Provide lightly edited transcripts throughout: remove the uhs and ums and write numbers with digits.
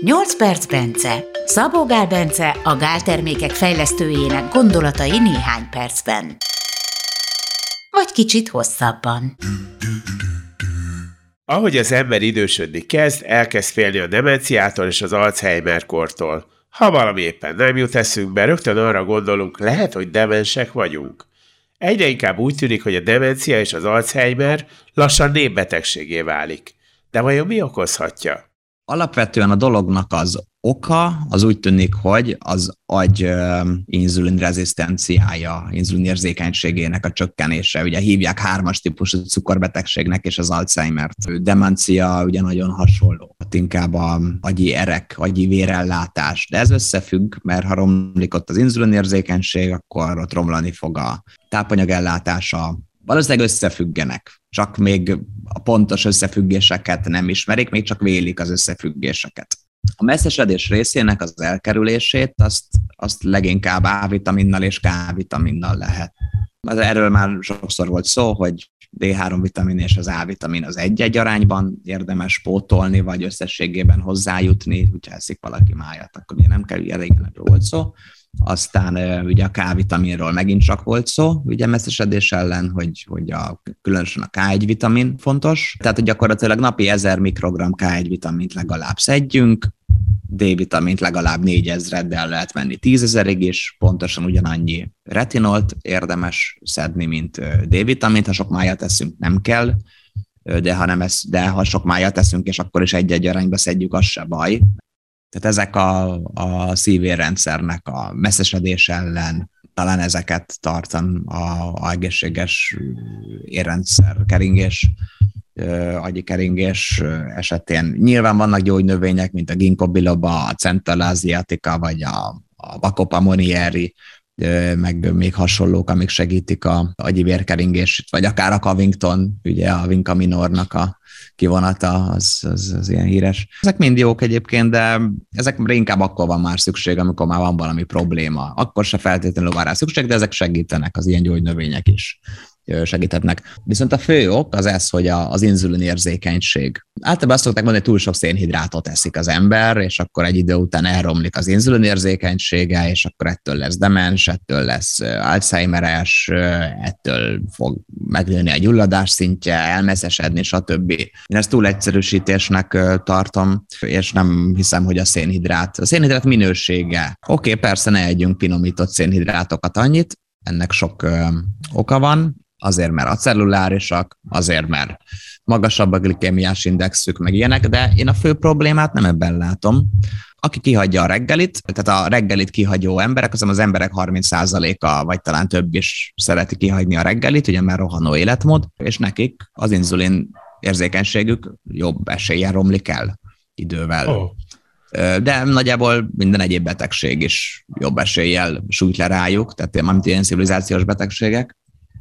8 perc Bence. Szabó Gál Bence, a gáltermékek fejlesztőjének gondolatai néhány percben. Vagy kicsit hosszabban. Ahogy az ember idősödni kezd, elkezd félni a demenciától és az Alzheimer-kortól. Ha valami éppen nem jut eszünkbe, rögtön arra gondolunk, lehet, hogy demensek vagyunk. Egyre inkább úgy tűnik, hogy a demencia és az Alzheimer lassan népbetegségé válik. De vajon mi okozhatja? Alapvetően a dolognak az oka, az úgy tűnik, hogy az agy inzulinrezisztenciája, inzulinérzékenységének a csökkenése. Ugye hívják 3-as típusú cukorbetegségnek és az Alzheimer-t. Demencia ugye nagyon hasonló, inkább a agyi erek, agyi vérellátás. De ez összefügg, mert ha romlik ott az inzulinérzékenység, akkor ott romlani fog a tápanyagellátása. Valószínűleg összefüggenek, csak még a pontos összefüggéseket nem ismerik, még csak vélik az összefüggéseket. A messzesedés részének az elkerülését azt leginkább A-vitaminnal és K-vitaminnal lehet. Erről már sokszor volt szó, hogy D3-vitamin és az A-vitamin az 1:1 arányban érdemes pótolni, vagy összességében hozzájutni, hogyha eszik valaki májat, akkor ugye nem kell, ugye régen volt szó. Aztán ugye a K-vitaminról megint csak volt szó, ugye messzesedés ellen, hogy különösen a K1-vitamin fontos. Tehát, hogy gyakorlatilag napi 1000 mikrogramm K1-vitamint legalább szedjünk, D-vitamint legalább 4000-del lehet venni 10 000-ig is, pontosan ugyanannyi retinolt érdemes szedni, mint D-vitamint. Ha sok májat eszünk, nem kell, de ha sok májat teszünk, és akkor is 1:1 arányba szedjük, az se baj. Tehát ezek a szívérrendszernek a messzesedés ellen, talán ezeket tartan a egészséges érrendszer keringés, agyi keringés esetén. Nyilván vannak gyógynövények, mint a ginkgo biloba, a Centella asiatica, vagy a Bacopa monnieri, meg még hasonlók, amik segítik a agyi vérkeringést, vagy akár a Covington, ugye a Vinca minornak a kivonata, az ilyen híres. Ezek mind jók egyébként, de ezekre inkább akkor van már szükség, amikor már van valami probléma. Akkor se feltétlenül van rá szükség, de ezek segítenek, az ilyen gyógynövények is segíthetnek. Viszont a fő ok az ez, hogy az inzulinérzékenység. Általában azt szokták mondani, hogy túl sok szénhidrátot eszik az ember, és akkor egy idő után elromlik az inzulinérzékenysége, és akkor ettől lesz demens, ettől lesz Alzheimeres, ettől fog megnőni a gyulladás szintje, elmesszesedni, stb. Én ezt túl egyszerűsítésnek tartom, és nem hiszem, hogy a szénhidrát minősége. Oké, persze ne együnk finomított szénhidrátokat annyit, ennek sok oka van, azért, mert acellulárisak, azért, mert magasabb a glikémiás indexük, meg ilyenek, de én a fő problémát nem ebben látom. Aki kihagyja a reggelit, tehát a reggelit kihagyó emberek, az emberek 30%-a, vagy talán több is szereti kihagyni a reggelit, ugye már rohanó életmód, és nekik az inzulin érzékenységük jobb eséllyel romlik el idővel. Oh. De nagyjából minden egyéb betegség is jobb eséllyel sújt le rájuk, tehát mármint ilyen civilizációs betegségek.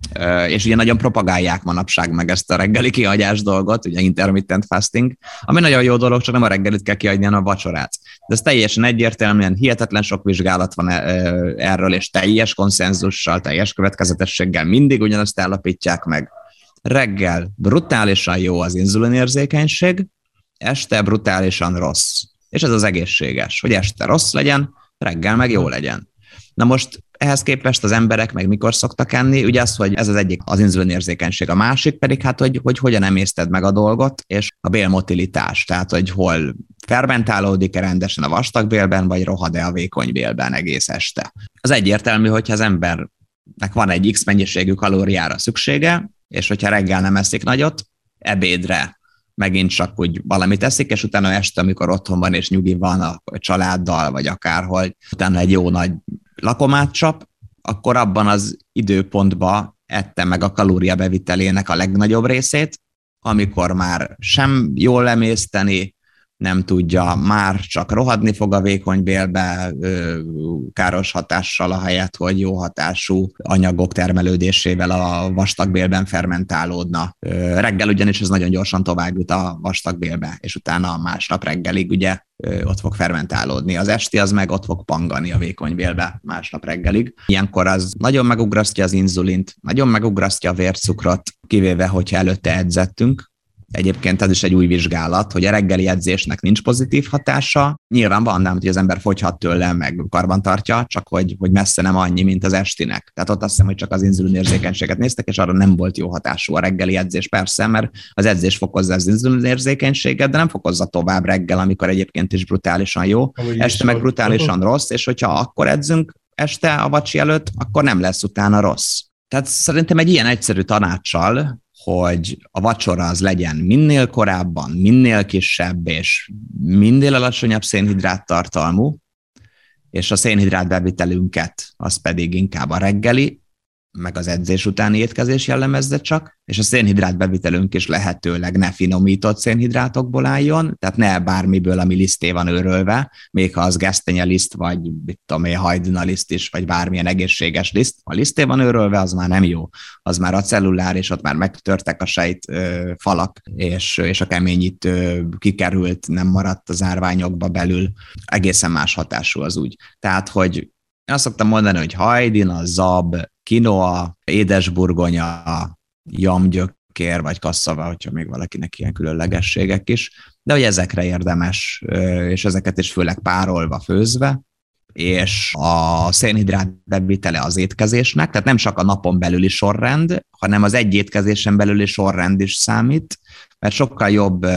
És ugye nagyon propagálják manapság meg ezt a reggeli kihagyás dolgot, ugye intermittent fasting, ami nagyon jó dolog, csak nem a reggelit kell kihagyni, hanem a vacsorát. De ez teljesen egyértelműen, hihetetlen sok vizsgálat van erről, és teljes konszenzussal, teljes következetességgel mindig ugyanazt állapítják meg. Reggel brutálisan jó az inzulinérzékenység, este brutálisan rossz. És ez az egészséges, hogy este rossz legyen, reggel meg jó legyen. Na most ehhez képest az emberek meg mikor szoktak enni? Ugye az, hogy ez az egyik az inzulinérzékenység, a másik pedig hát, hogy hogyan emészted meg a dolgot, és a bélmotilitás, tehát hogy hol fermentálódik-e rendesen a vastagbélben, vagy rohad-e a vékony bélben egész este. Az egyértelmű, hogyha az embernek van egy X mennyiségű kalóriára szüksége, és hogyha reggel nem eszik nagyot, ebédre megint csak úgy valamit eszik, és utána este, amikor otthon van és nyugi van a családdal, vagy akárhol, utána egy jó nagy lakomát csap, akkor abban az időpontban ette meg a kalóriabevitelének a legnagyobb részét, amikor már sem jól emészteni, nem tudja, már csak rohadni fog a vékony bélbe káros hatással, ahelyett, hogy jó hatású anyagok termelődésével a vastagbélben fermentálódna. Reggel ugyanis ez nagyon gyorsan tovább jut a vastagbélbe, és utána másnap reggelig ugye ott fog fermentálódni. Az esti az meg ott fog pangani a vékony bélbe másnap reggelig. Ilyenkor az nagyon megugrasztja az inzulint, nagyon megugrasztja a vércukrot, kivéve, hogyha előtte edzettünk, Egyébként ez is egy új vizsgálat, hogy a reggeli edzésnek nincs pozitív hatása. Nyilván van, nem, hogy az ember fogyhat tőle, meg karbantartja, csak hogy messze nem annyi, mint az estinek. Tehát ott azt hiszem, hogy csak az inzulinérzékenységet néztek, és arra nem volt jó hatású a reggeli edzés, persze, mert az edzés fokozza az inzulinérzékenységet, de nem fokozza tovább reggel, amikor egyébként is brutálisan jó. Este meg brutálisan rossz, és hogyha akkor edzünk este a vacsi előtt, akkor nem lesz utána rossz. Tehát szerintem egy ilyen egyszerű tanácssal, hogy a vacsora az legyen minél korábban, minél kisebb és minél alacsonyabb szénhidrát tartalmú, és a szénhidrát bevitelünket az pedig inkább a reggeli, meg az edzés utáni étkezés jellemezze csak, és a szénhidrát bevitelünk is lehetőleg ne finomított szénhidrátokból álljon, tehát ne bármiből, ami liszté van őrölve, még ha az gesztenyeliszt, vagy mit tudom én, hajdinaliszt is, vagy bármilyen egészséges liszt, ha liszté van őrölve, az már nem jó. Az már a cellulár, és ott már megtörtek a sejt falak, és a keményítő kikerült, nem maradt az árványokba belül. Egészen más hatású az úgy. Tehát, hogy én azt szoktam mondani, hogy hajdina, zab, kinoa, édesburgonya, jamgyökér, vagy kasszava, hogyha még valakinek ilyen különlegességek is, de hogy ezekre érdemes, és ezeket is főleg párolva, főzve, és a szénhidrát bevitele az étkezésnek, tehát nem csak a napon belüli sorrend, hanem az egy étkezésen belüli sorrend is számít, mert sokkal jobb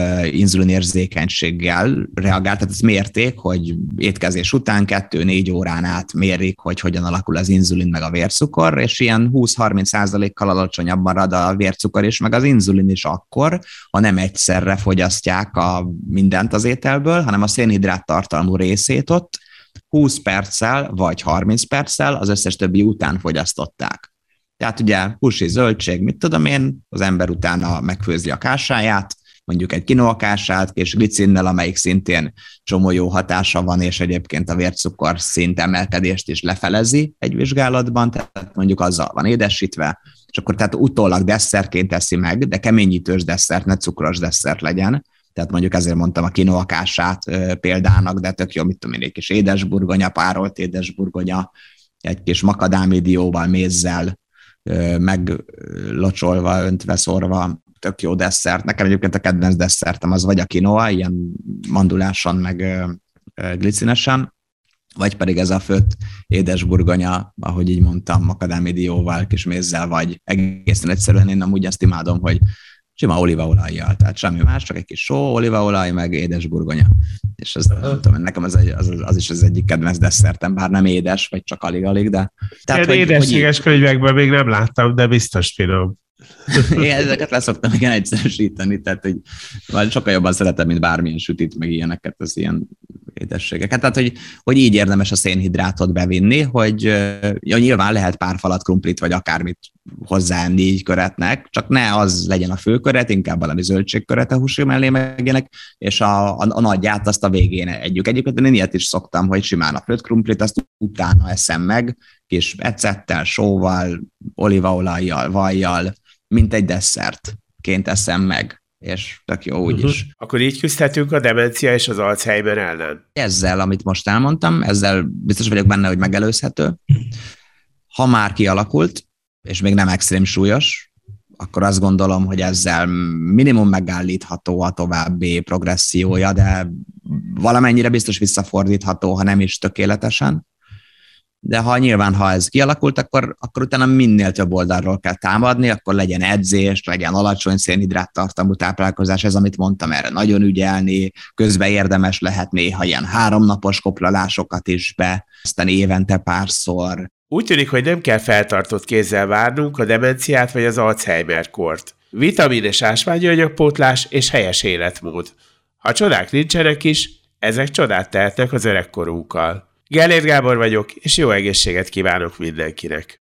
inzulinérzékenységgel reagál, tehát ezt mérték, hogy étkezés után 2-4 órán át mérik, hogy hogyan alakul az inzulin meg a vércukor, és ilyen 20-30%-kal alacsonyabb marad a vércukor is, meg az inzulin is akkor, ha nem egyszerre fogyasztják mindent az ételből, hanem a szénhidrát tartalmú részét ott 20 perccel vagy 30 perccel az összes többi után fogyasztották. Tehát ugye húsi, zöldség, mit tudom én, az ember utána megfőzi a kásáját, mondjuk egy kinoakását, és glicinnel, amelyik szintén csomó jó hatása van, és egyébként a vércukor szint emelkedést is lefelezi egy vizsgálatban, tehát mondjuk azzal van édesítve, és akkor tehát utólag desszertként teszi meg, de keményítős desszert, ne cukros desszert legyen. Tehát mondjuk ezért mondtam a kinoakását példának, de tök jó, mit tudom én, egy kis édesburgonya, párolt édesburgonya, egy kis makadámi dióval, mézzel, meglocsolva, öntve, szorva, tök jó desszert. Nekem egyébként a kedvenc desszertem az vagy a quinoa, ilyen manduláson, meg glicinesen, vagy pedig ez a főtt édesburgonya, ahogy így mondtam, makadámi dióval, kis mézzel, vagy egészen egyszerűen én amúgy azt imádom, hogy sima olívaolajjal, tehát semmi más, csak egy kis só, olívaolaj, meg édesburgonya. És ez, nem tudom, nekem az is az egyik kedvenc desszertem, bár nem édes, vagy csak alig-alig, de... Tehát, ilyen édességes könyvekben még nem láttam, de biztos finom. Én ezeket leszoktam igen egyszerűsíteni, tehát hogy sokkal jobban szeretem, mint bármilyen sütit, meg ilyeneket, az ilyen édességeket. Tehát, hogy így érdemes a szénhidrátot bevinni, hogy nyilván lehet pár falat krumplit, vagy akármit hozzáenni így köretnek, csak ne az legyen a főköret, inkább valami zöldségköret a húsi mellé megjenek, és a nagyját azt a végén együk. Egyébként én ilyet is szoktam, hogy simán a főtt krumplit, azt utána eszem meg, kis ecettel, sóval, olívaolajjal, vajjal, mint egy desszertként eszem meg, és tök jó úgy is. Akkor így küzdhetünk a demencia és az Alzheimer ellen? Ezzel, amit most elmondtam, ezzel biztos vagyok benne, hogy megelőzhető. Ha már kialakult, és még nem extrém súlyos, akkor azt gondolom, hogy ezzel minimum megállítható a további progressziója, de valamennyire biztos visszafordítható, ha nem is tökéletesen. De ha ez kialakult, akkor utána minél több oldalról kell támadni, akkor legyen edzés, legyen alacsony szénhidrát tartalmú táplálkozás, ez amit mondtam, erre nagyon ügyelni, közben érdemes lehet néha ilyen 3 napos koplalásokat is be, aztán évente párszor. Úgy tűnik, hogy nem kell feltartott kézzel várnunk a demenciát vagy az Alzheimer-kort. Vitamin és ásványi anyagpótlás és helyes életmód. Ha csodák nincsenek is, ezek csodát tehetnek az öregkorunkkal. Gellért Gábor vagyok, és jó egészséget kívánok mindenkinek!